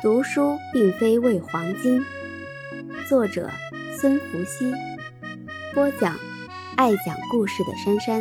读书并非为黄金。作者孙福熙，播讲爱讲故事的珊珊。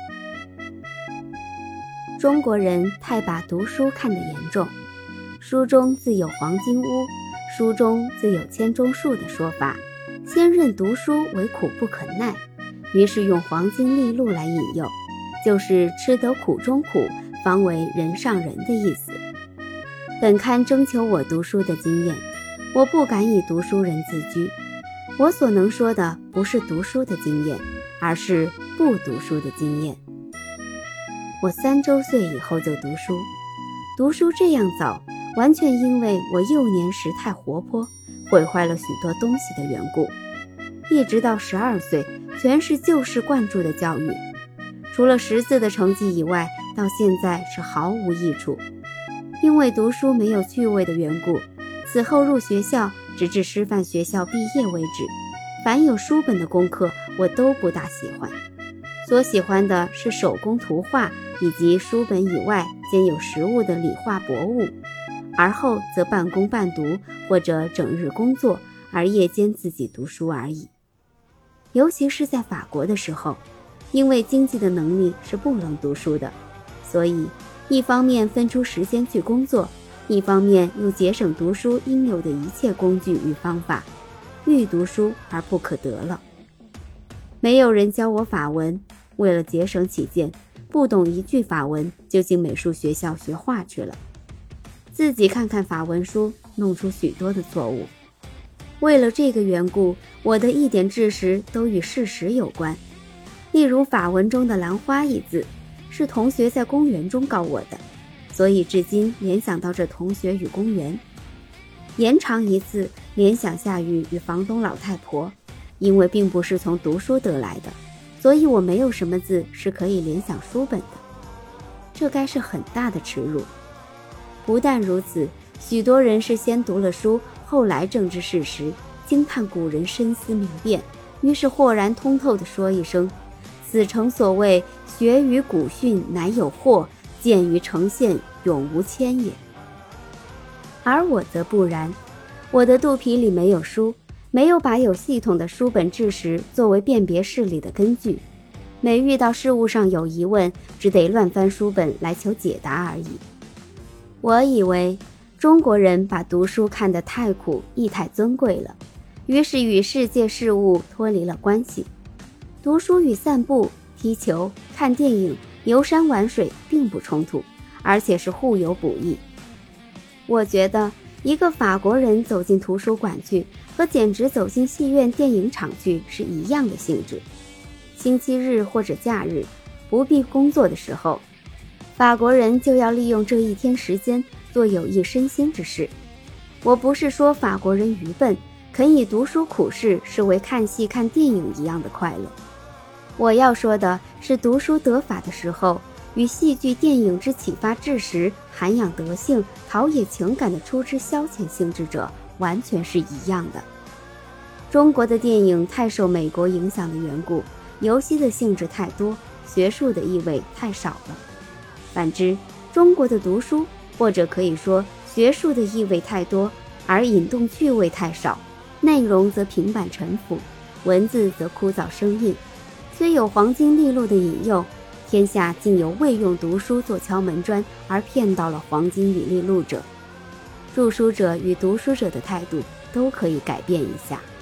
中国人太把读书看得严重，书中自有黄金屋，书中自有千钟树的说法，先认读书为苦不可耐，于是用黄金利禄来引诱，就是吃得苦中苦，方为人上人的意思。本刊征求我读书的经验，我不敢以读书人自居，我所能说的不是读书的经验，而是不读书的经验。我3周岁以后就读书这样早，完全因为我幼年时太活泼，毁坏了许多东西的缘故。一直到12岁，全是旧式灌注的教育，除了识字的成绩以外，到现在是毫无益处。因为读书没有趣味的缘故，此后入学校直至师范学校毕业为止，凡有书本的功课我都不大喜欢，所喜欢的是手工图画以及书本以外兼有实物的理化博物，而后则半工半读或者整日工作，而夜间自己读书而已。尤其是在法国的时候，因为经济的能力是不能读书的，所以一方面分出时间去工作，一方面又节省读书应有的一切工具与方法，欲读书而不可得了。没有人教我法文，为了节省起见，不懂一句法文就进美术学校学画去了，自己看看法文书，弄出许多的错误。为了这个缘故，我的一点知识都与事实有关。例如法文中的兰花一字，是同学在公园中告我的，所以至今联想到这同学与公园。延长一字联想下雨与房东老太婆，因为并不是从读书得来的，所以我没有什么字是可以联想书本的，这该是很大的耻辱。不但如此，许多人是先读了书，后来正知事实，惊叹古人深思明辨，于是豁然通透地说一声，此诚所谓学于古训乃有惑，见于呈现永无谦也。而我则不然，我的肚皮里没有书，没有把有系统的书本知识作为辨别事理的根据，每遇到事物上有疑问，只得乱翻书本来求解答而已。我以为中国人把读书看得太苦亦太尊贵了，于是与世界事物脱离了关系。读书与散步、踢球、看电影、游山玩水并不冲突，而且是互有补益。我觉得一个法国人走进图书馆去，和简直走进戏院电影场去是一样的性质。星期日或者假日不必工作的时候，法国人就要利用这一天时间做有益身心之事。我不是说法国人愚笨，肯以读书苦事视为看戏看电影一样的快乐。我要说的是，读书得法的时候，与戏剧电影之启发知识、涵养德性、陶冶情感的出之消遣性质者完全是一样的。中国的电影太受美国影响的缘故，游戏的性质太多，学术的意味太少了。反之，中国的读书，或者可以说学术的意味太多，而引动趣味太少，内容则平板沉浮，文字则枯燥生硬。虽有黄金利禄的引诱，天下竟有未用读书做敲门砖而骗到了黄金与利禄者。著书者与读书者的态度都可以改变一下。